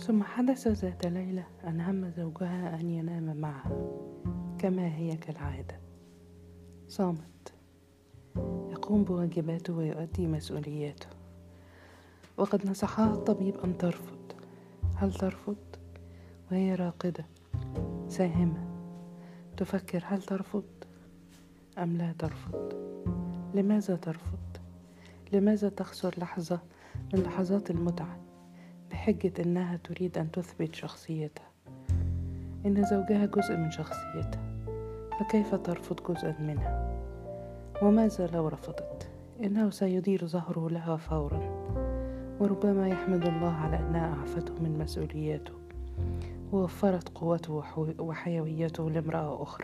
ثم حدث ذات ليلة أن هم زوجها أن ينام معها كما هي كالعادة. صامت، يقوم بواجباته ويؤدي مسؤولياته، وقد نصحها الطبيب أن ترفض. هل ترفض؟ وهي راقدة ساهمة تفكر هل ترفض أم لا ترفض؟ لماذا ترفض؟ لماذا تخسر لحظة من لحظات المتعة بحجة أنها تريد أن تثبت شخصيتها؟ إن زوجها جزء من شخصيتها، فكيف ترفض جزءا منها؟ وماذا لو رفضت؟ إنه سيدير ظهره لها فورا، وربما يحمد الله على أنها أعفته من مسؤولياته ووفرت قوته وحيويته لامرأة أخرى.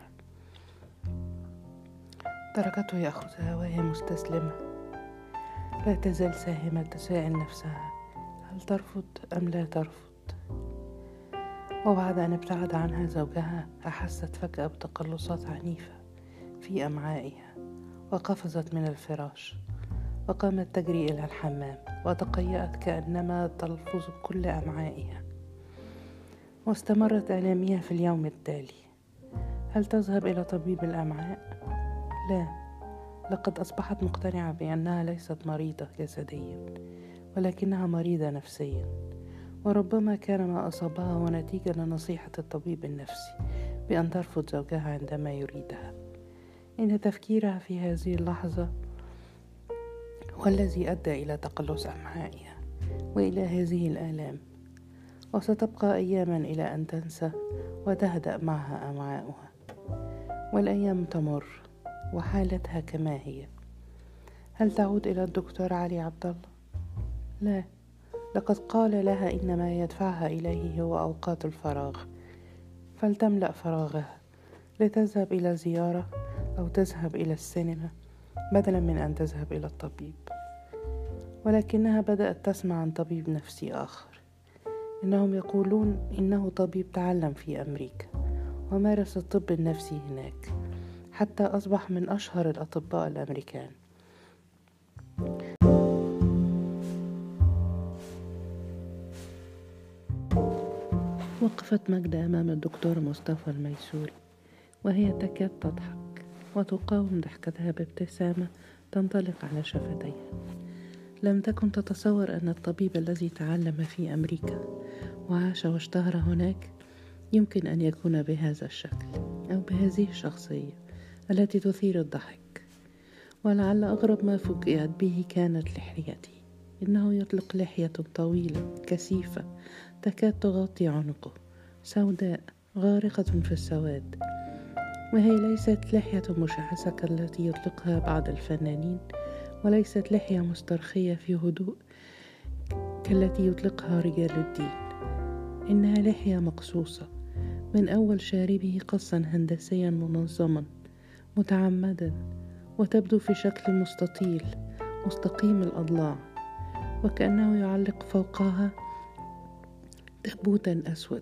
تركته يأخذها وهي مستسلمة، لا تزال ساهمة تسائل نفسها هل ترفض أم لا ترفض. وبعد أن ابتعد عنها زوجها أحست فجأة بتقلصات عنيفة في أمعائها، وقفزت من الفراش وقامت تجري إلى الحمام وتقيأت كأنما تلفظ كل أمعائها. واستمرت آلامها في اليوم التالي. هل تذهب إلى طبيب الأمعاء؟ لا، لقد أصبحت مقتنعة بأنها ليست مريضة جسديا، ولكنها مريضة نفسيا، وربما كان ما أصابها هو نتيجة لنصيحة الطبيب النفسي بأن ترفض زوجها عندما يريدها. إن تفكيرها في هذه اللحظة هو الذي أدى إلى تقلص أمعائها وإلى هذه الآلام، وستبقى أياما إلى أن تنسى وتهدأ معها أمعاؤها. والأيام تمر وحالتها كما هي. هل تعود إلى الدكتور علي عبد الله؟ لا، لقد قال لها إن ما يدفعها إليه هو أوقات الفراغ، فلتملأ فراغها لتذهب إلى زيارة أو تذهب إلى السينما بدلا من أن تذهب إلى الطبيب. ولكنها بدأت تسمع عن طبيب نفسي آخر. إنهم يقولون إنه طبيب تعلم في أمريكا ومارس الطب النفسي هناك حتى أصبح من أشهر الأطباء الأمريكان. وقفت ماجدة أمام الدكتور مصطفى الميسوري وهي تكاد تضحك، وتقاوم ضحكتها بابتسامة تنطلق على شفتيها. لم تكن تتصور أن الطبيب الذي تعلم في أمريكا وعاش واشتهر هناك يمكن أن يكون بهذا الشكل أو بهذه الشخصية التي تثير الضحك. ولعل أغرب ما فوجئت به كانت لحيته. إنه يطلق لحية طويلة كثيفة تكاد تغطي عنقه، سوداء غارقة في السواد، وهي ليست لحية مشعثة كالتي يطلقها بعض الفنانين، وليست لحية مسترخية في هدوء كالتي يطلقها رجال الدين. إنها لحية مقصوصة من أول شاربه قصا هندسيا منظما متعمدا، وتبدو في شكل مستطيل مستقيم الأضلاع، وكأنه يعلق فوقها تابوتا أسود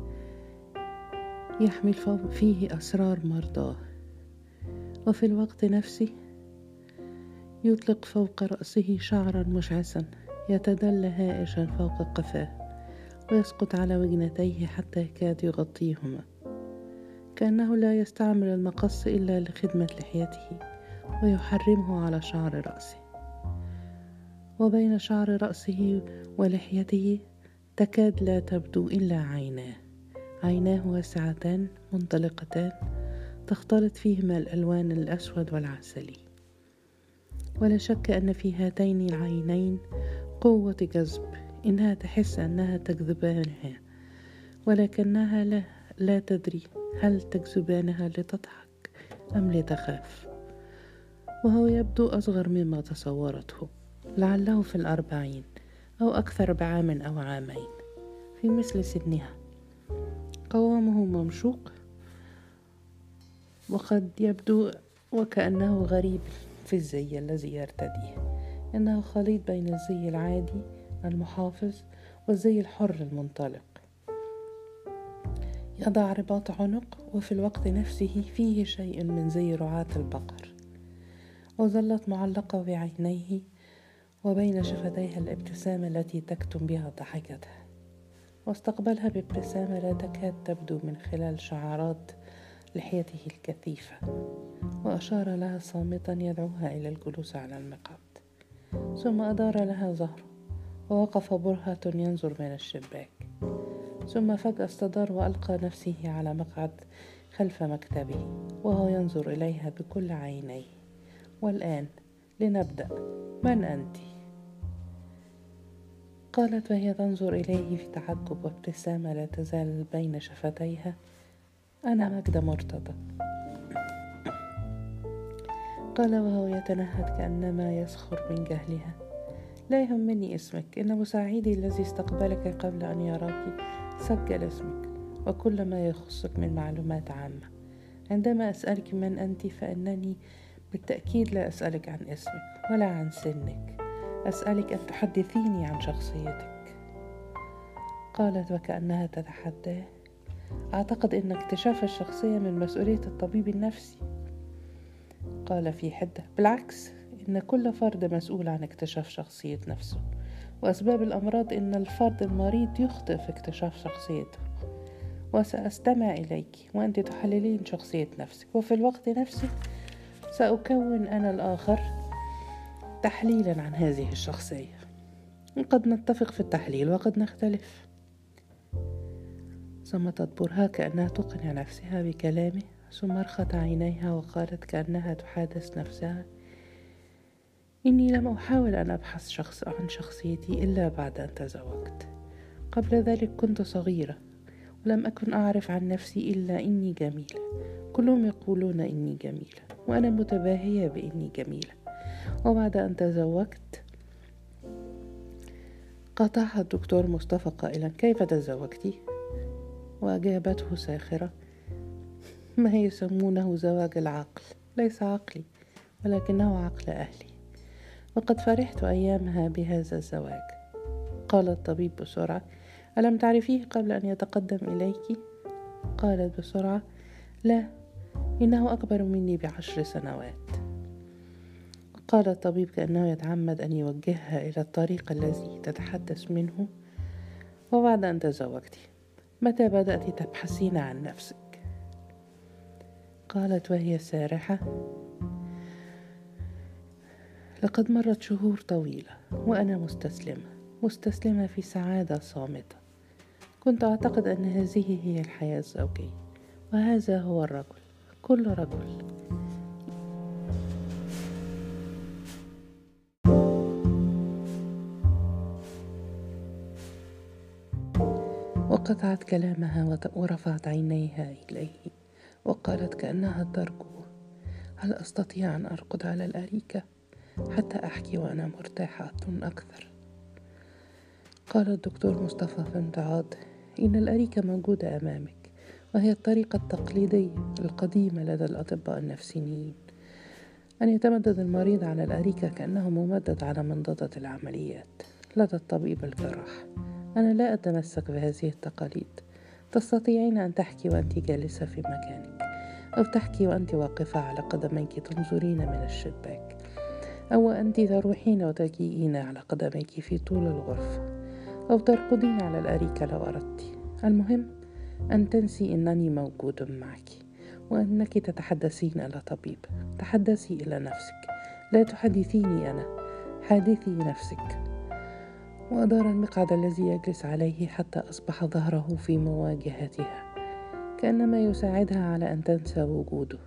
يحمل فيه أسرار مرضاه. وفي الوقت نفسه يطلق فوق رأسه شعرا مشعثا يتدلى هائجا فوق قفاه ويسقط على وجنتيه حتى يكاد يغطيهما، كأنه لا يستعمل المقص إلا لخدمة لحيته ويحرمه على شعر رأسه. وبين شعر رأسه ولحيته تكاد لا تبدو إلا عيناه واسعتان منطلقتان تختلط فيهما الألوان الأسود والعسلي. ولا شك أن في هاتين العينين قوة جذب، إنها تحس أنها تجذبانها، ولكنها لا تدري هل تجذبانها لتضحك أم لتخاف. وهو يبدو أصغر مما تصورته، لعله في 40 أو أكثر بعام أو عامين، في مثل سنها. قوامه ممشوق، وقد يبدو وكأنه غريب في الزي الذي يرتديه. إنه خليط بين الزي العادي المحافظ والزي الحر المنطلق. يضع رباط عنق، وفي الوقت نفسه فيه شيء من زي رعاة البقر. وظلت معلقة بعينيه وبين شفتيها الابتسامة التي تكتم بها ضحكتها. واستقبلها بابتسامة لا تكاد تبدو من خلال شعرات لحيته الكثيفة، وأشار لها صامتا يدعوها إلى الجلوس على المقعد. ثم أدار لها ظهره ووقف برهة ينظر من الشباك، ثم فجأة استدار وألقى نفسه على مقعد خلف مكتبه وهو ينظر إليها بكل عينيه. والآن لنبدأ، من أنت؟ قالت وهي تنظر إليه في تعجب وابتسامة لا تزال بين شفتيها: أنا ماجدة مرتضى. قال وهو يتنهد كأنما يسخر من جهلها: لا يهمني اسمك، إن مساعدي الذي استقبلك قبل أن يراك سجل اسمك وكل ما يخصك من معلومات عامة. عندما أسألك من أنت فإنني بالتأكيد لا أسألك عن اسمك ولا عن سنك، أسألك أن تحدثيني عن شخصيتك. قالت وكأنها تتحداه: أعتقد أن اكتشاف الشخصية من مسؤولية الطبيب النفسي. قال في حدة: بالعكس، إن كل فرد مسؤول عن اكتشاف شخصية نفسه، وأسباب الأمراض إن الفرد المريض يخطئ في اكتشاف شخصيته. وسأستمع إليك وأنت تحللين شخصية نفسك، وفي الوقت نفسه سأكون أنا الآخر تحليلا عن هذه الشخصية. قد نتفق في التحليل وقد نختلف. صمتت برهة كأنها تقنع نفسها بكلامه، ثم رخت عينيها وقالت كأنها تحادث نفسها: إني لم أحاول أن أبحث عن شخصيتي إلا بعد أن تزوجت. قبل ذلك كنت صغيرة ولم أكن أعرف عن نفسي إلا إني جميلة. كلهم يقولون إني جميلة وأنا متباهية بإني جميلة. وبعد أن تزوجت قاطعها الدكتور مصطفى قائلا: كيف تزوجتي؟ وأجابته ساخرة: ما يسمونه زواج العقل، ليس عقلي ولكنه عقل أهلي، وقد فرحت أيامها بهذا الزواج. قال الطبيب بسرعة: ألم تعرفيه قبل أن يتقدم إليك؟ قالت بسرعة: لا، إنه أكبر مني ب10 سنوات. قال الطبيب كأنه يتعمد أن يوجهها إلى الطريق الذي تتحدث منه: وبعد أن تزوجتي متى بدأت تبحثين عن نفسك؟ قالت وهي سارحة: لقد مرت شهور طويلة وأنا مستسلمة في سعادة صامتة. كنت أعتقد أن هذه هي الحياة الزوجية، وهذا هو الرجل، كل رجل. وقطعت كلامها ورفعت عينيها إليه وقالت كأنها ترجو: هل أستطيع أن أرقد على الأريكة حتى أحكي وأنا مرتاحة أكثر؟ قال الدكتور مصطفى في امتعاض: إن الأريكة موجودة أمامك، وهي الطريقة التقليدية القديمة لدى الأطباء النفسيين، أن يتمدد المريض على الأريكة كأنه ممدد على منضدة العمليات لدى الطبيب الجراح. أنا لا أتمسك بهذه التقاليد. تستطيعين أن تحكي وأنت جالسة في مكانك، أو تحكي وأنت واقفة على قدميك تنظرين من الشباك، أو أنت تروحين وتجيئين على قدميك في طول الغرفة، أو ترقدين على الأريكة لو أردت. المهم أن تنسي أنني موجود معك، وأنك تتحدثين إلى طبيب. تحدثي إلى نفسك، لا تحدثيني أنا، حادثي نفسك. وأدار المقعد الذي يجلس عليه حتى أصبح ظهره في مواجهتها، كأنما يساعدها على أن تنسى وجوده.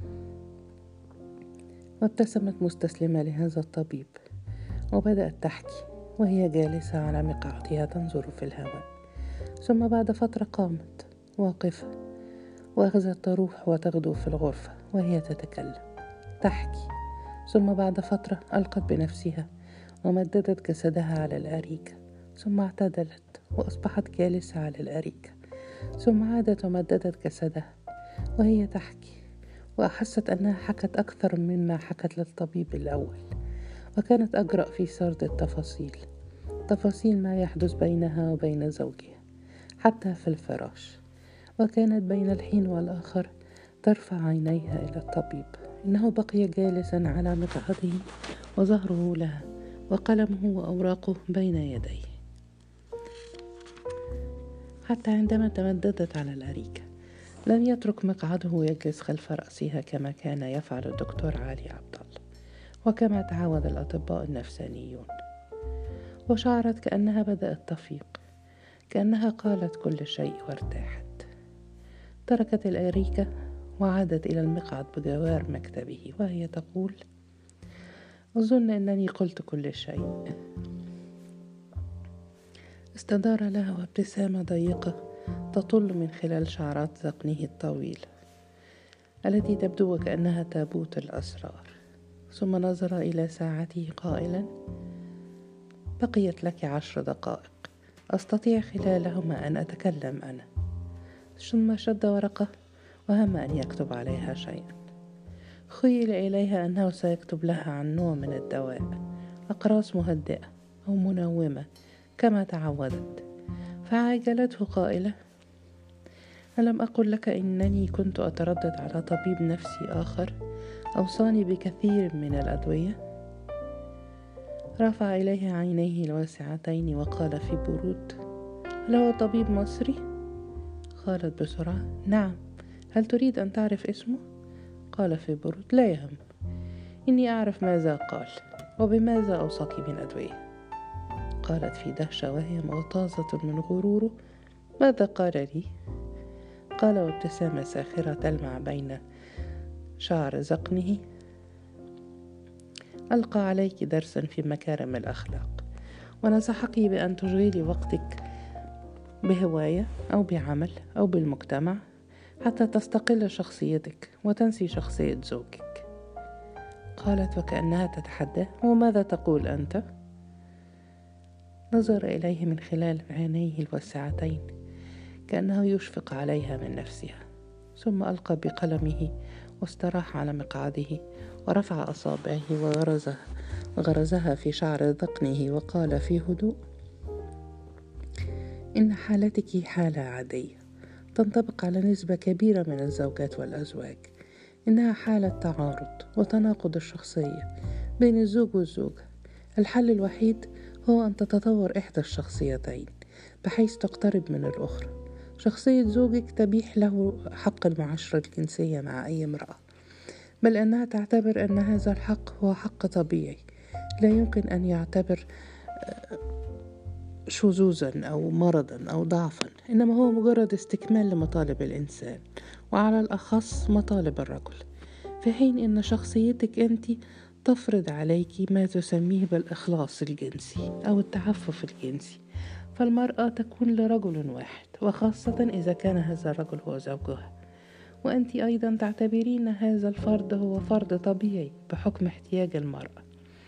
وابتسمت مستسلمة لهذا الطبيب، وبدأت تحكي وهي جالسة على مقعدها تنظر في الهواء. ثم بعد فترة قامت واقفة وأخذت تروح وتغدو في الغرفة وهي تتكلم تحكي. ثم بعد فترة ألقت بنفسها ومددت جسدها على الأريكة، ثم اعتدلت وأصبحت جالسة على الأريكة، ثم عادت ومددت جسدها وهي تحكي. وأحست أنها حكت أكثر مما حكت للطبيب الأول، وكانت أجرأ في سرد تفاصيل ما يحدث بينها وبين زوجها حتى في الفراش. وكانت بين الحين والآخر ترفع عينيها إلى الطبيب. إنه بقي جالسا على مقعده وظهره لها وقلمه وأوراقه بين يديه. حتى عندما تمددت على الأريكة لم يترك مقعده يجلس خلف رأسها كما كان يفعل الدكتور علي عبد الله وكما تعود الأطباء النفسانيون. وشعرت كأنها بدأت تفيق، كأنها قالت كل شيء وارتاحت. تركت الأريكة وعادت إلى المقعد بجوار مكتبه وهي تقول: أظن أنني قلت كل شيء. استدار لها وابتسامة ضيقة تطل من خلال شعرات ذقنه الطويل التي تبدو وكأنها تابوت الأسرار، ثم نظر إلى ساعته قائلا: بقيت لك 10 دقائق أستطيع خلالهما أن أتكلم أنا. ثم شد ورقة وهم أن يكتب عليها شيئا. خيل إليها أنه سيكتب لها عن نوع من الدواء، أقراص مهدئة أو منومة كما تعودت، فعاجلته قائلة: ألم أقل لك إنني كنت أتردد على طبيب نفسي آخر أوصاني بكثير من الأدوية؟ رفع إليها عينيه الواسعتين وقال في برود: هل هو طبيب مصري؟ قالت بسرعة: نعم. هل تريد أن تعرف اسمه؟ قال في برود: لا يهم، إني أعرف ماذا قال وبماذا أوصاك من أدوية. قالت في دهشة وهي مغتاظة من غروره: ماذا قال لي؟ قال وابتسامة ساخرة تلمع بين شعر ذقنه: ألقى عليك درسا في مكارم الأخلاق، ونصحك بأن تشغلي وقتك بهواية أو بعمل أو بالمجتمع حتى تستقل شخصيتك وتنسي شخصية زوجك. قالت وكأنها تتحداه: وماذا تقول أنت؟ نظر إليه من خلال عينيه الواسعتين كأنه يشفق عليها من نفسها، ثم ألقى بقلمه واستراح على مقعده ورفع أصابعه وغرزها في شعر ذقنه وقال في هدوء: إن حالتك حالة عادية تنطبق على نسبة كبيرة من الزوجات والأزواج. إنها حالة تعارض وتناقض الشخصية بين الزوج والزوجة. الحل الوحيد هو أن تتطور إحدى الشخصيتين بحيث تقترب من الأخرى. شخصية زوجك تبيح له حق المعاشرة الجنسية مع أي امرأة، بل أنها تعتبر أن هذا الحق هو حق طبيعي لا يمكن أن يعتبر شذوذا أو مرضا أو ضعفا، إنما هو مجرد استكمال لمطالب الإنسان وعلى الأخص مطالب الرجل، في حين أن شخصيتك أنت تفرض عليك ما تسميه بالإخلاص الجنسي أو التعفف الجنسي. فالمرأة تكون لرجل واحد، وخاصة إذا كان هذا الرجل هو زوجها، وأنت أيضا تعتبرين هذا الفرد هو فرد طبيعي بحكم احتياج المرأة.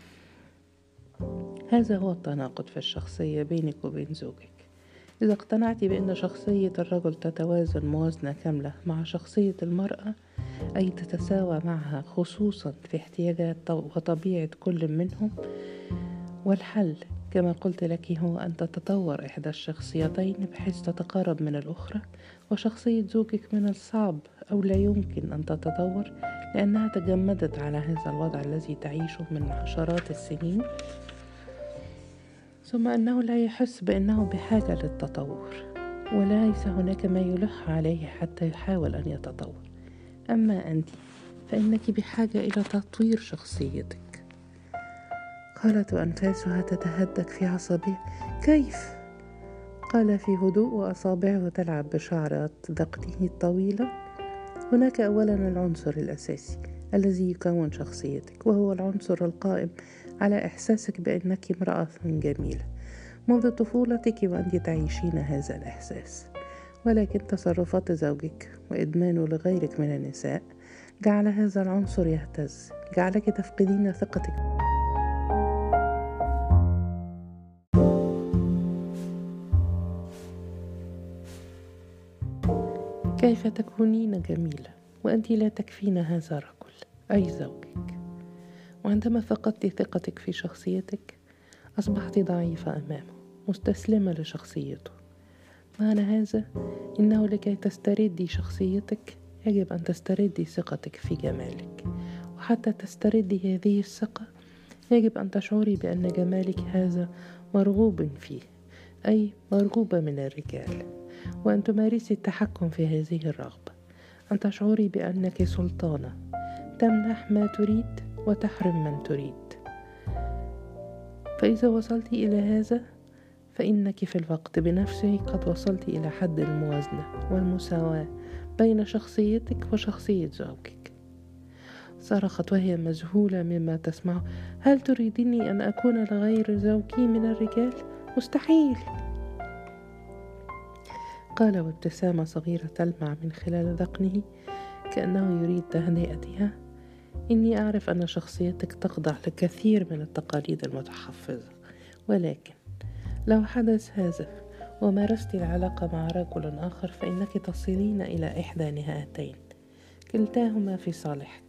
هذا هو التناقض في الشخصية بينك وبين زوجك. إذا اقتنعت بأن شخصية الرجل تتوازن موازنة كاملة مع شخصية المرأة، أي تتساوى معها خصوصا في احتياجات وطبيعة كل منهم، والحل كما قلت لك هو أن تتطور إحدى الشخصيتين بحيث تتقارب من الأخرى. وشخصية زوجك من الصعب أو لا يمكن أن تتطور لأنها تجمدت على هذا الوضع الذي تعيشه من عشرات السنين، ثم أنه لا يحس بأنه بحاجة للتطور، وليس هناك ما يلح عليه حتى يحاول أن يتطور. أما أنت فإنك بحاجة إلى تطوير شخصيتك. قالت وأنفاسها تتهدك في عصبية: كيف؟ قال في هدوء وأصابعه تلعب بشعرات ذقنه الطويلة: هناك أولا العنصر الأساسي الذي يكون شخصيتك، وهو العنصر القائم على إحساسك بأنك امرأة جميلة منذ طفولتك وأنت تعيشين هذا الإحساس، ولكن تصرفات زوجك وإدمانه لغيرك من النساء جعل هذا العنصر يهتز، جعلك تفقدين ثقتك. كيف تكونين جميلة وأنت لا تكفين هذا الرجل أي زوجك؟ وعندما فقدت ثقتك في شخصيتك أصبحت ضعيفة أمامه، مستسلمة لشخصيته. معنى هذا إنه لكي تستردي شخصيتك يجب أن تستردي ثقتك في جمالك، وحتى تستردي هذه الثقة يجب أن تشعري بأن جمالك هذا مرغوب فيه، أي مرغوبة من الرجال. وأن تمارسي التحكم في هذه الرغبة، أن تشعري بأنك سلطانة تمنح ما تريد وتحرم من تريد. فإذا وصلت إلى هذا فإنك في الوقت بنفسه قد وصلت إلى حد الموازنة والمساواة بين شخصيتك وشخصية زوجك. صرخت وهي مذهولة مما تسمعه: هل تريدني أن أكون لغير زوجي من الرجال؟ مستحيل. قال وابتسامة صغيرة تلمع من خلال ذقنه كأنه يريد تهنئتها: إني أعرف أن شخصيتك تخضع لكثير من التقاليد المتحفظة، ولكن لو حدث هذا ومارست العلاقة مع رجل آخر فإنك تصلين إلى إحدى نهايتين كلتاهما في صالحك: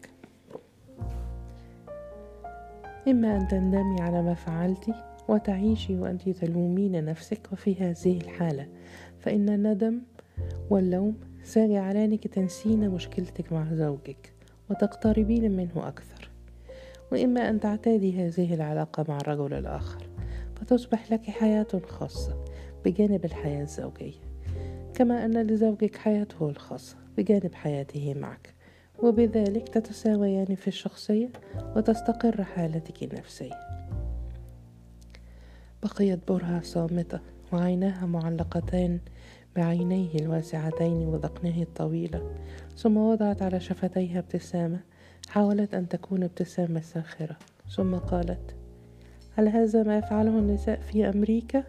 إما أن تندمي على ما فعلت وتعيشي وأنت تلومين نفسك، وفي هذه الحالة فإن الندم واللوم سيجعلانك تنسين مشكلتك مع زوجك وتقتربين منه أكثر، وإما أن تعتادي هذه العلاقة مع الرجل الآخر فتصبح لك حياة خاصة بجانب الحياة الزوجية، كما أن لزوجك حياته الخاصة بجانب حياته معك، وبذلك تتساويان في الشخصية وتستقر حالتك النفسية. بقيت برهة صامتة وعيناها معلقتان بعينيه الواسعتين وذقنه الطويلة، ثم وضعت على شفتيها ابتسامة حاولت أن تكون ابتسامة ساخرة، ثم قالت: هل هذا ما يفعله النساء في أمريكا؟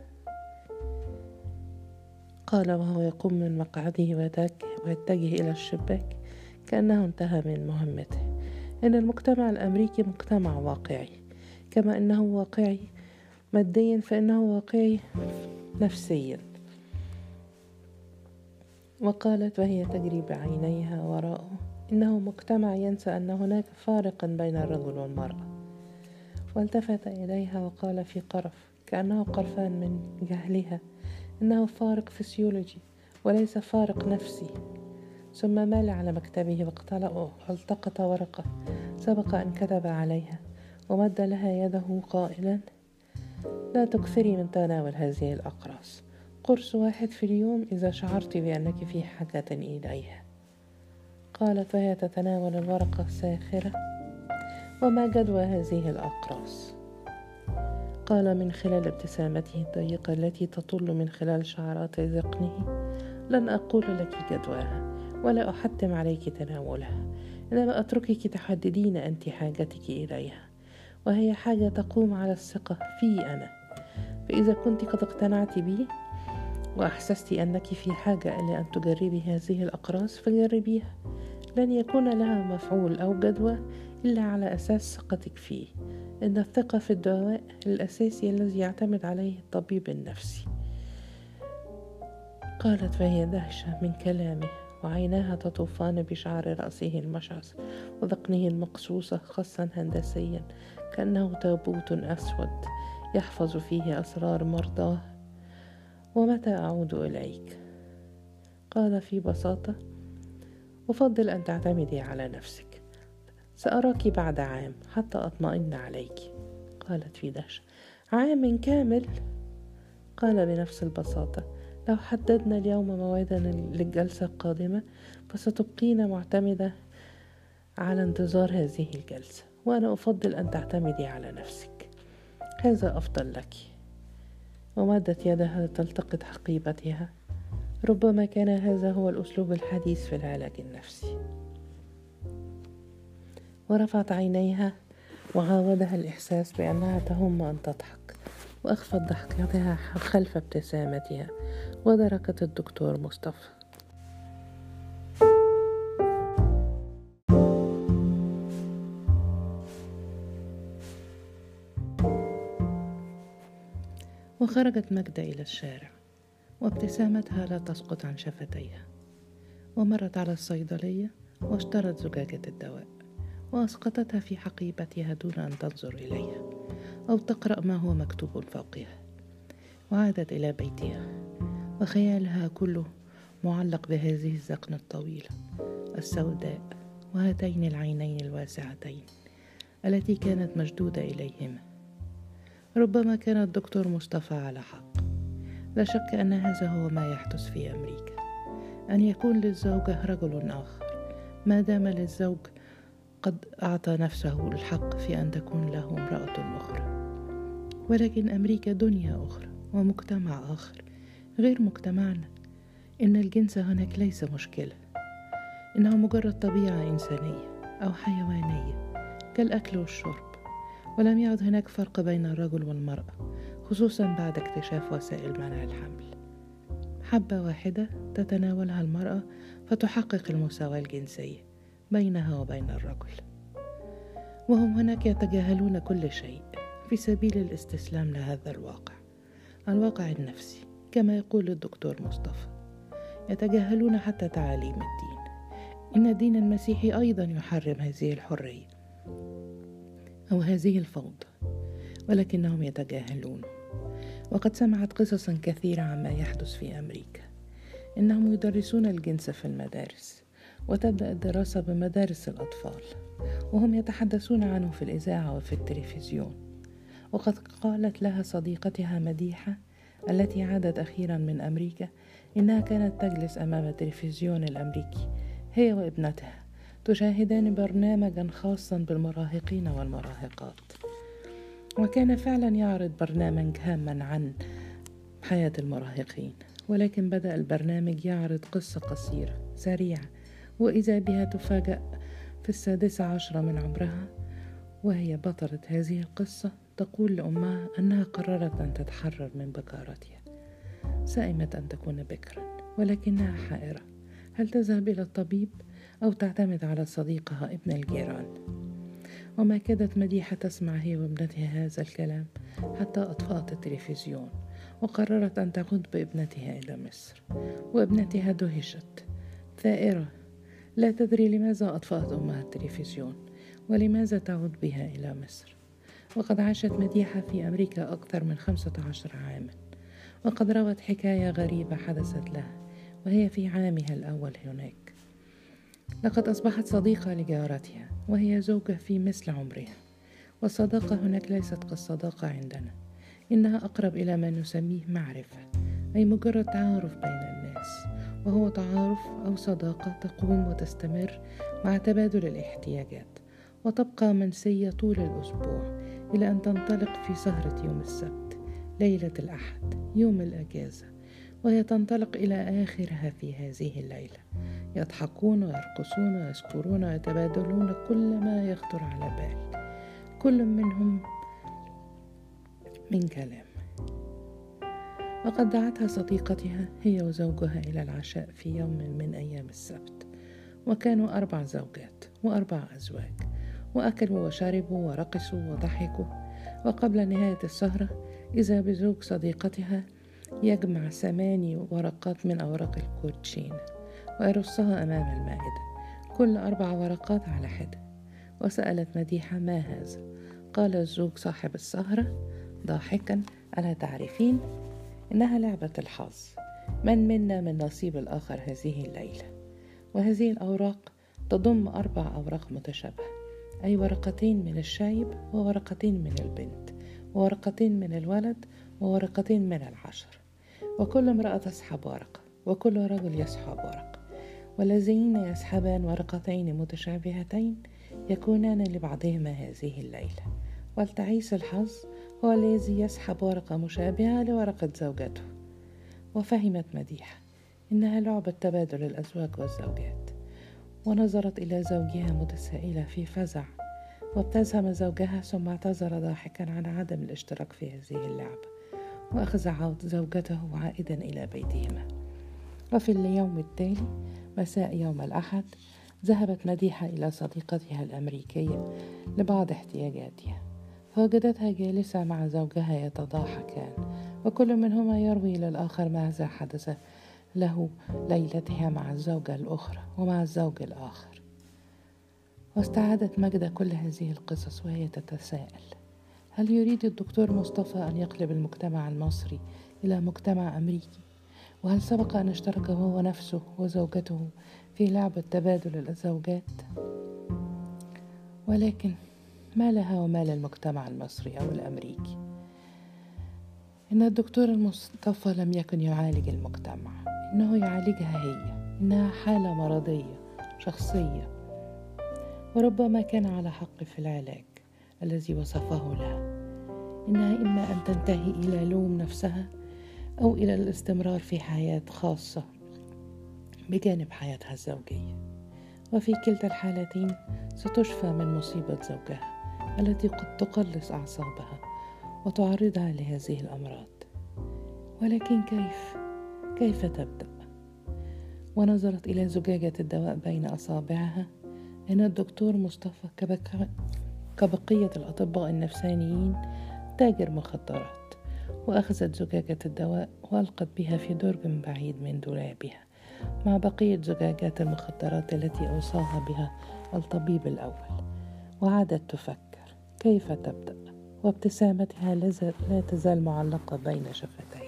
قال وهو يقوم من مقعده ويتجه إلى الشباك كأنه انتهى من مهمته: إن المجتمع الأمريكي مجتمع واقعي، كما أنه واقعي ماديا فإنه واقعي نفسيا. وقالت وهي تجري بعينيها وراءه: إنه مجتمع ينسى أن هناك فارقا بين الرجل والمرأة. والتفت إليها وقال في قرف كأنه قرفان من جهلها: إنه فارق فسيولوجي وليس فارق نفسي. ثم مال على مكتبه والتقط ورقة سبق أن كتب عليها ومد لها يده قائلا: لا تكثري من تناول هذه الأقراص، قرص واحد في اليوم إذا شعرت بأنك في حاجة إليها. قالت وهي تتناول الورقة الساخرة: وما جدوى هذه الأقراص؟ قال من خلال ابتسامته الضيقة التي تطل من خلال شعرات ذقنه: لن أقول لك جدواها ولا أحتم عليك تناولها، إنما أتركك تحددين أنت حاجتك إليها، وهي حاجة تقوم على الثقة في أنا. فإذا كنت قد اقتنعت بي وأحسست أنك في حاجة إلى أن تجربي هذه الأقراص فجربيها، لن يكون لها مفعول أو جدوى إلا على أساس ثقتك فيه. إن الثقة في الدواء الأساسي الذي يعتمد عليه الطبيب النفسي. قالت وهي دهشة من كلامه وعيناها تطوفان بشعر رأسه المشعث وذقنه المقصوصة خصا هندسيا كأنه تابوت أسود يحفظ فيه أسرار مرضاه: ومتى أعود إليك؟ قال في بساطة: أفضل أن تعتمدي على نفسك، سأراك بعد عام حتى أطمئن عليك. قالت في دهشة: عام كامل؟ قال بنفس البساطة: لو حددنا اليوم موعدا للجلسة القادمة فستبقين معتمدة على انتظار هذه الجلسة، وأنا أفضل أن تعتمدي على نفسك، هذا أفضل لك. ومدت يدها تلتقط حقيبتها. ربما كان هذا هو الأسلوب الحديث في العلاج النفسي. ورفعت عينيها وعاودها الإحساس بأنها تهم أن تضحك، وأخفت ضحكتها خلف ابتسامتها ودركت الدكتور مصطفى. وخرجت ماجدة إلى الشارع وابتسامتها لا تسقط عن شفتيها، ومرت على الصيدلية واشترت زجاجة الدواء وأسقطتها في حقيبتها دون أن تنظر إليها أو تقرأ ما هو مكتوب فوقها. وعادت إلى بيتها وخيالها كله معلق بهذه الذقن الطويلة السوداء وهاتين العينين الواسعتين التي كانت مشدودة إليهما. ربما كان الدكتور مصطفى على حق، لا شك أن هذا هو ما يحدث في أمريكا، أن يكون للزوجة رجل آخر ما دام للزوج قد أعطى نفسه الحق في أن تكون له امرأة أخرى. ولكن أمريكا دنيا أخرى ومجتمع آخر غير مجتمعنا. إن الجنس هناك ليس مشكلة، إنه مجرد طبيعة إنسانية أو حيوانية كالأكل والشرب، ولم يعد هناك فرق بين الرجل والمرأة، خصوصا بعد اكتشاف وسائل منع الحمل. حبة واحدة تتناولها المرأة فتحقق المساواة الجنسية بينها وبين الرجل، وهم هناك يتجاهلون كل شيء في سبيل الاستسلام لهذا الواقع النفسي كما يقول الدكتور مصطفى. يتجاهلون حتى تعاليم الدين. إن الدين المسيحي أيضا يحرم هذه الحرية أو هذه الفوضى، ولكنهم يتجاهلون. وقد سمعت قصصا كثيرة عما يحدث في أمريكا. إنهم يدرسون الجنس في المدارس، وتبدأ الدراسة بمدارس الأطفال، وهم يتحدثون عنه في الإذاعة وفي التلفزيون. وقد قالت لها صديقتها مديحة التي عادت أخيرا من أمريكا إنها كانت تجلس أمام التلفزيون الأمريكي هي وابنتها تشاهدان برنامجا خاصا بالمراهقين والمراهقات، وكان فعلا يعرض برنامج هاما عن حياة المراهقين. ولكن بدأ البرنامج يعرض قصة قصيرة سريعة، وإذا بها تفاجأ في 16 من عمرها وهي بطلة هذه القصة تقول لأمها أنها قررت أن تتحرر من بكارتها. سئمت أن تكون بكرا، ولكنها حائرة، هل تذهب إلى الطبيب أو تعتمد على صديقها ابن الجيران؟ وما كادت مديحة تسمع هي وابنتها هذا الكلام حتى أطفأت التلفزيون، وقررت أن تعود بابنتها إلى مصر. وابنتها دهشت ثائرة، لا تدري لماذا أطفأت أمها التلفزيون ولماذا تعود بها إلى مصر. وقد عاشت مديحة في أمريكا أكثر من 15 عاما، وقد روت حكاية غريبة حدثت لها وهي في عامها الأول هناك. لقد أصبحت صديقة لجارتها وهي زوجة في مثل عمرها، والصداقة هناك ليست كالصداقة عندنا، إنها أقرب إلى ما نسميه معرفة، أي مجرد تعارف بين الناس، وهو تعارف أو صداقة تقوم وتستمر مع تبادل الاحتياجات، وتبقى منسية طول الأسبوع إلى أن تنطلق في سهرة يوم السبت ليلة الأحد يوم الأجازة، وهي تنطلق إلى آخرها في هذه الليلة. يضحكون ويرقصون ويسكرون ويتبادلون كل ما يخطر على بال كل منهم من كلام. وقد دعتها صديقتها هي وزوجها إلى العشاء في يوم من أيام السبت، وكانوا 4 زوجات و4 أزواج، وأكلوا وشربوا ورقصوا وضحكوا. وقبل نهاية السهرة إذا بزوج صديقتها يجمع 8 ورقات من أوراق الكوتشينة ويرصها أمام المائدة، كل 4 ورقات على حدة. وسألت مديحة: ما هذا؟ قال الزوج صاحب السهرة ضاحكا: ألا تعرفين؟ إنها لعبة الحظ، من منا من نصيب الآخر هذه الليلة. وهذه الأوراق تضم 4 أوراق متشابهة، أي ورقتين من الشايب وورقتين من البنت وورقتين من الولد وورقتين من العشر، وكل امرأة تسحب ورقة وكل رجل يسحب ورقة، والذين يسحبان ورقتين متشابهتين يكونان لبعضهما هذه الليلة. والتعيس الحظ هو الذي يسحب ورقة مشابهة لورقة زوجته. وفهمت مديحة إنها لعبة تبادل الأزواج والزوجات، ونظرت إلى زوجها متسائلة في فزع، وابتسم زوجها ثم اعتذر ضاحكا عن عدم الاشتراك في هذه اللعبة، وأخذ زوجته عائدا إلى بيتهما. وفي اليوم التالي مساء يوم الأحد ذهبت مديحة إلى صديقتها الأمريكية لبعض احتياجاتها، فوجدتها جالسة مع زوجها يتضاحكان، وكل منهما يروي للآخر ماذا حدث له ليلتها مع الزوجة الأخرى ومع الزوج الآخر. واستعادت مجد كل هذه القصص وهي تتساءل: هل يريد الدكتور مصطفى أن يقلب المجتمع المصري إلى مجتمع أمريكي؟ وهل سبق أن اشترك هو نفسه وزوجته في لعبة تبادل الزوجات؟ ولكن ما لها وما للمجتمع المصري أو الأمريكي؟ إن الدكتور المصطفى لم يكن يعالج المجتمع، إنه يعالجها هي. إنها حالة مرضية شخصية، وربما كان على حق في العلاج الذي وصفه لها. إنها إما أن تنتهي إلى لوم نفسها أو إلى الاستمرار في حياة خاصة بجانب حياتها الزوجية، وفي كلتا الحالتين ستشفى من مصيبة زوجها التي قد تقلص أعصابها وتعرضها لهذه الأمراض. ولكن كيف تبدأ؟ ونظرت إلى زجاجة الدواء بين أصابعها. إن الدكتور مصطفى كبقية الأطباء النفسانيين تاجر مخدرات، وأخذت زجاجة الدواء وألقت بها في درج بعيد من دولابها مع بقية زجاجات المخدرات التي أوصاها بها الطبيب الأول، وعادت تفكر كيف تبدأ، وابتسامتها لا تزال معلقة بين شفتيها.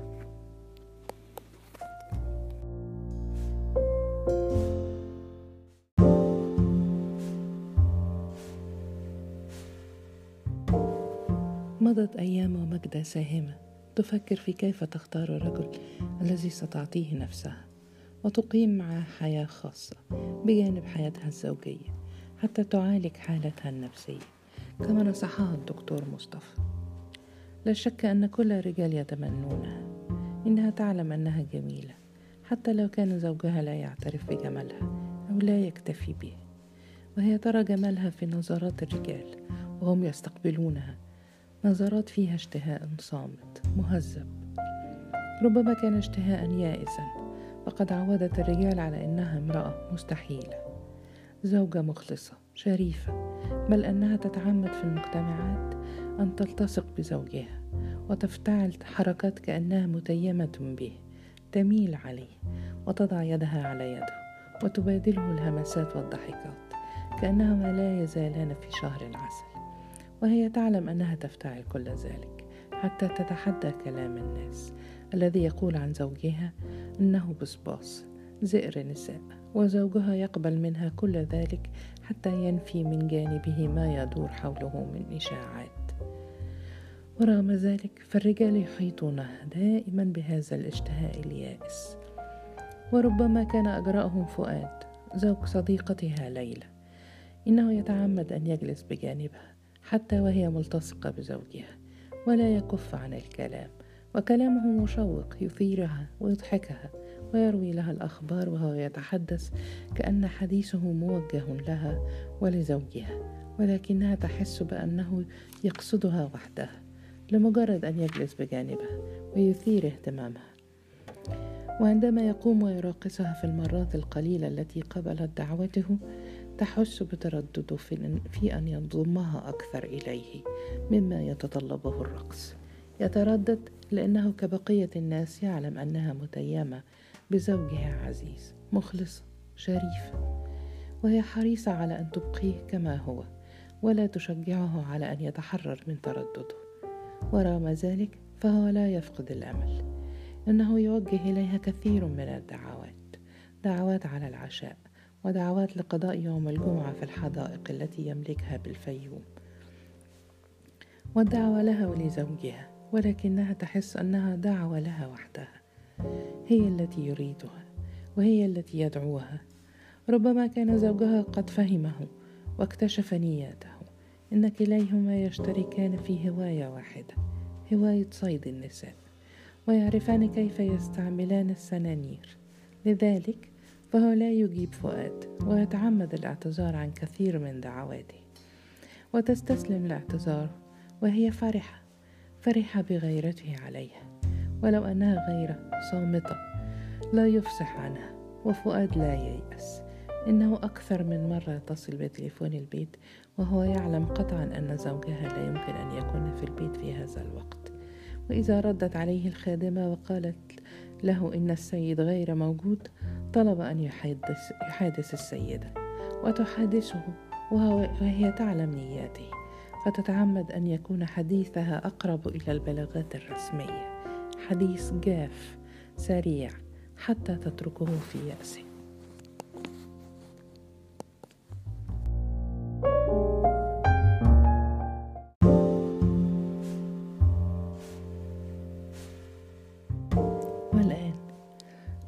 مضت أيام ومجدة ساهمة تفكر في كيف تختار الرجل الذي ستعطيه نفسها وتقيم معه حياة خاصة بجانب حياتها الزوجية حتى تعالج حالتها النفسية كما نصحها الدكتور مصطفى. لا شك أن كل الرجال يتمنونها. إنها تعلم أنها جميلة حتى لو كان زوجها لا يعترف بجمالها أو لا يكتفي به، وهي ترى جمالها في نظرات الرجال وهم يستقبلونها، نظرات فيها اشتهاء صامت مهذب. ربما كان اشتهاء يائسا، فقد عودت الرجال على أنها امرأة مستحيلة، زوجة مخلصة شريفة، بل أنها تتعمد في المجتمعات أن تلتصق بزوجها وتفتعل حركات كأنها متيمة به، تميل عليه وتضع يدها على يده وتبادله الهمسات والضحكات كأنهما لا يزالان في شهر العسل، وهي تعلم أنها تفتعل كل ذلك حتى تتحدى كلام الناس الذي يقول عن زوجها أنه بصباص زئر نساء، وزوجها يقبل منها كل ذلك حتى ينفي من جانبه ما يدور حوله من إشاعات. ورغم ذلك فالرجال يحيطونها دائما بهذا الاشتهاء اليائس. وربما كان أجرأهم فؤاد زوج صديقتها ليلى، إنه يتعمد أن يجلس بجانبها حتى وهي ملتصقة بزوجها ولا يكف عن الكلام، وكلامه مشوق يثيرها ويضحكها ويروي لها الأخبار وهو يتحدث كأن حديثه موجه لها ولزوجها، ولكنها تحس بأنه يقصدها وحدها لمجرد أن يجلس بجانبها ويثير اهتمامها. وعندما يقوم ويراقصها في المرات القليلة التي قبلت دعوته تحس بتردده في أن ينضمها أكثر إليه مما يتطلبه الرقص. يتردد لأنه كبقية الناس يعلم أنها متيمة بزوجها عزيز مخلصة شريفة، وهي حريصة على أن تبقيه كما هو ولا تشجعه على أن يتحرر من تردده. ورغم ذلك فهو لا يفقد الأمل، إنه يوجه إليها كثير من الدعوات، دعوات على العشاء ودعوات لقضاء يوم الجمعة في الحدائق التي يملكها بالفيوم، والدعوة لها ولزوجها، ولكنها تحس أنها دعوة لها وحدها، هي التي يريدها وهي التي يدعوها. ربما كان زوجها قد فهمه واكتشف نياته، إن كليهما يشتركان في هواية واحدة، هواية صيد النساء، ويعرفان كيف يستعملان السنانير. لذلك فهو لا يجيب فؤاد ويتعمد الاعتذار عن كثير من دعواته، وتستسلم الاعتذار وهي فرحة بغيرته عليها، ولو أنها غيرة صامتة لا يفصح عنها. وفؤاد لا ييأس، إنه أكثر من مرة يتصل بتليفون البيت وهو يعلم قطعا أن زوجها لا يمكن أن يكون في البيت في هذا الوقت، وإذا ردت عليه الخادمة وقالت له إن السيد غير موجود طلب أن يحادث السيدة، وتحادثه وهي تعلم نياته، فتتعمد أن يكون حديثها أقرب إلى البلاغات الرسمية، حديث جاف سريع حتى تتركه في يأسه.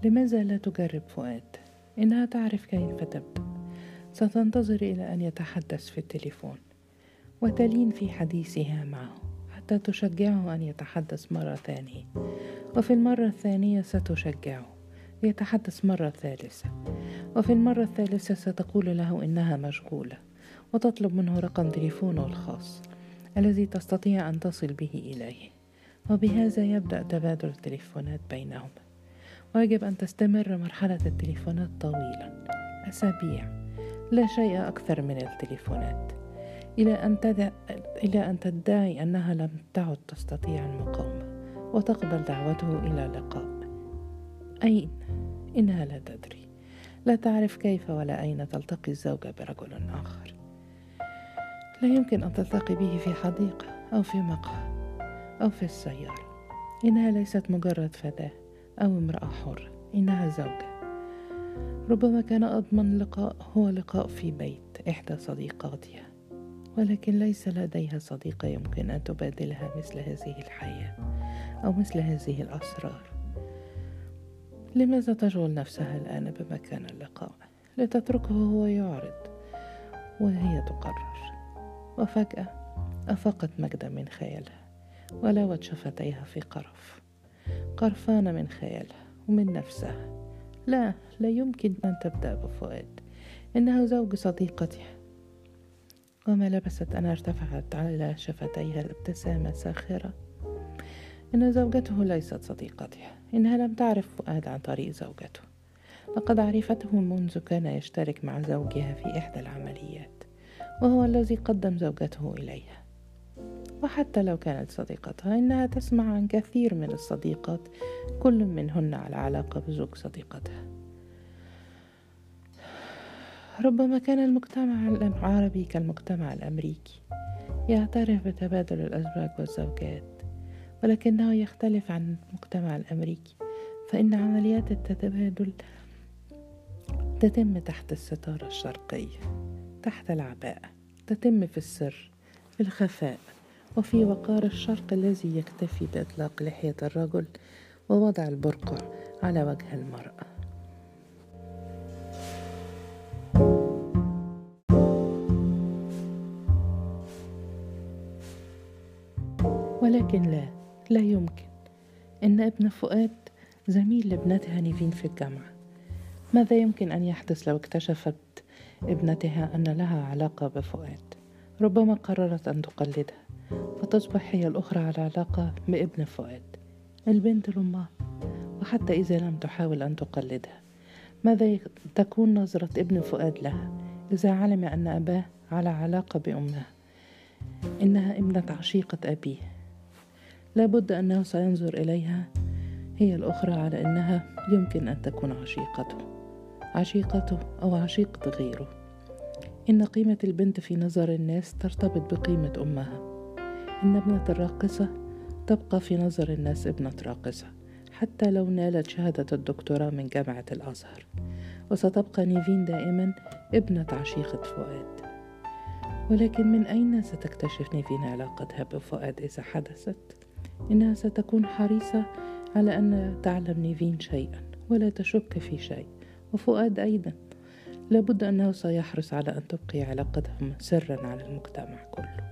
لماذا لا تجرب فؤاد؟ إنها تعرف كيف تبدأ. ستنتظر إلى أن يتحدث في التليفون وتلين في حديثها معه حتى تشجعه أن يتحدث مرة ثانية، وفي المرة الثانية ستشجعه ليتحدث مرة ثالثة، وفي المرة الثالثة ستقول له إنها مشغولة وتطلب منه رقم تليفونه الخاص الذي تستطيع أن تصل به إليه، وبهذا يبدأ تبادل التليفونات بينهما. ويجب أن تستمر مرحلة التليفونات طويلا، أسابيع، لا شيء أكثر من التليفونات، إلى أن تدعي أنها لم تعد تستطيع المقاومة وتقبل دعوته إلى لقاء. أين؟ إنها لا تدري، لا تعرف كيف ولا أين تلتقي الزوجة برجل آخر. لا يمكن أن تلتقي به في حديقة أو في مقهى أو في السيارة. إنها ليست مجرد فتاة أو امرأة حرة، إنها زوجة. ربما كان أضمن لقاء هو لقاء في بيت إحدى صديقاتها، ولكن ليس لديها صديقة يمكن أن تبادلها مثل هذه الحياة أو مثل هذه الأسرار. لماذا تشغل نفسها الآن بمكان اللقاء؟ لتتركه هو يعرض وهي تقرر. وفجأة أفاقت مجدة من خيالها ولوت شفتيها في قرف، قرفانة من خيالها ومن نفسها. لا يمكن أن تبدأ بفؤاد، إنه زوج صديقتها. وما لبثت أن ارتفعت على شفتيها الابتسامة ساخرة. إن زوجته ليست صديقتها، إنها لم تعرف فؤاد عن طريق زوجته. لقد عرفته منذ كان يشترك مع زوجها في إحدى العمليات، وهو الذي قدم زوجته إليها. وحتى لو كانت صديقتها، إنها تسمع عن كثير من الصديقات كل منهن على علاقة بزوج صديقتها. ربما كان المجتمع العربي كالمجتمع الأمريكي، يعترف بتبادل الأزواج والزوجات، ولكنه يختلف عن المجتمع الأمريكي، فإن عمليات التبادل تتم تحت الستارة الشرقية، تحت العباءة، تتم في السر، في الخفاء، وفي وقار الشرق الذي يكتفي بإطلاق لحية الرجل ووضع البرقع على وجه المرأة. ولكن لا يمكن. إن ابن فؤاد زميل لابنتها نيفين في الجامعة. ماذا يمكن أن يحدث لو اكتشفت ابنتها أن لها علاقة بفؤاد؟ ربما قررت أن تقلدها فتصبح هي الأخرى على علاقة بابن فؤاد، البنت لأمها. وحتى إذا لم تحاول أن تقلدها، ماذا تكون نظرة ابن فؤاد لها إذا علم أن أباه على علاقة بأمها، إنها ابنة عشيقة أبيه؟ لابد أنه سينظر إليها هي الأخرى على أنها يمكن أن تكون عشيقته أو عشيقة غيره. إن قيمة البنت في نظر الناس ترتبط بقيمة أمها. إن ابنة الراقصة تبقى في نظر الناس ابنة راقصة حتى لو نالت شهادة الدكتوراه من جامعة الأزهر، وستبقى نيفين دائما ابنة عشيقة فؤاد. ولكن من أين ستكتشف نيفين علاقتها بفؤاد إذا حدثت؟ إنها ستكون حريصة على أن تعلم نيفين شيئا ولا تشك في شيء، وفؤاد أيضا لابد أنه سيحرص على أن تبقي علاقتهم سرا على المجتمع كله.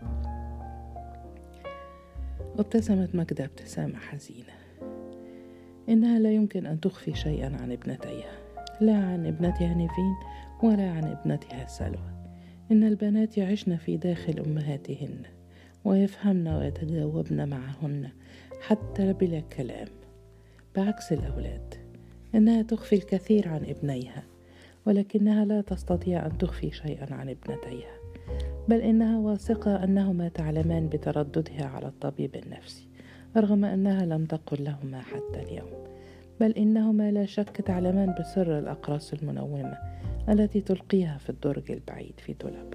وابتسمت مجدة ابتسامة حزينة. إنها لا يمكن أن تخفي شيئا عن ابنتيها، لا عن ابنتها نيفين ولا عن ابنتها سلوى. إن البنات يعشن في داخل أمهاتهن ويفهمن ويتجاوبن معهن حتى بلا كلام، بعكس الأولاد. إنها تخفي الكثير عن ابنيها، ولكنها لا تستطيع أن تخفي شيئا عن ابنتيها، بل إنها واثقة أنهما تعلمان بترددها على الطبيب النفسي رغم أنها لم تقل لهما حتى اليوم، بل إنهما لا شك تعلمان بسر الأقراص المنومة التي تلقيها في الدرج البعيد في دولاب.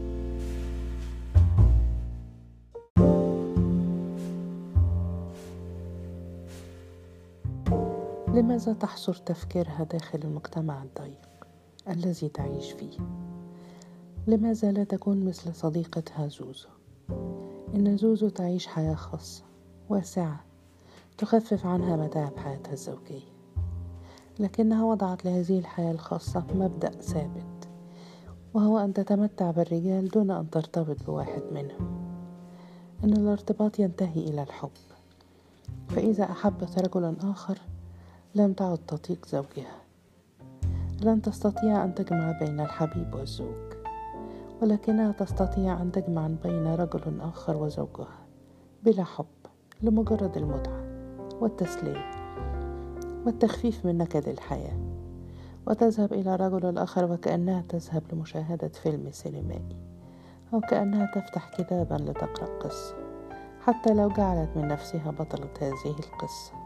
لماذا تحصر تفكيرها داخل المجتمع الضيق الذي تعيش فيه؟ لماذا لا تكون مثل صديقتها زوزو؟ إن زوزو تعيش حياة خاصة واسعة تخفف عنها متاعب حياتها الزوجية. لكنها وضعت لهذه الحياة الخاصة مبدأ ثابت، وهو أن تتمتع بالرجال دون أن ترتبط بواحد منهم، أن الارتباط ينتهي إلى الحب، فإذا أحبت رجلا آخر لم تعد تطيق زوجها. لن تستطيع أن تجمع بين الحبيب والزوج، ولكنها تستطيع أن تجمع بين رجل آخر وزوجها بلا حب، لمجرد المتعة والتسلية والتخفيف من نكد الحياة، وتذهب إلى رجل الآخر وكأنها تذهب لمشاهدة فيلم سينمائي، أو كأنها تفتح كتابا لتقرأ قصة، حتى لو جعلت من نفسها بطلة هذه القصة.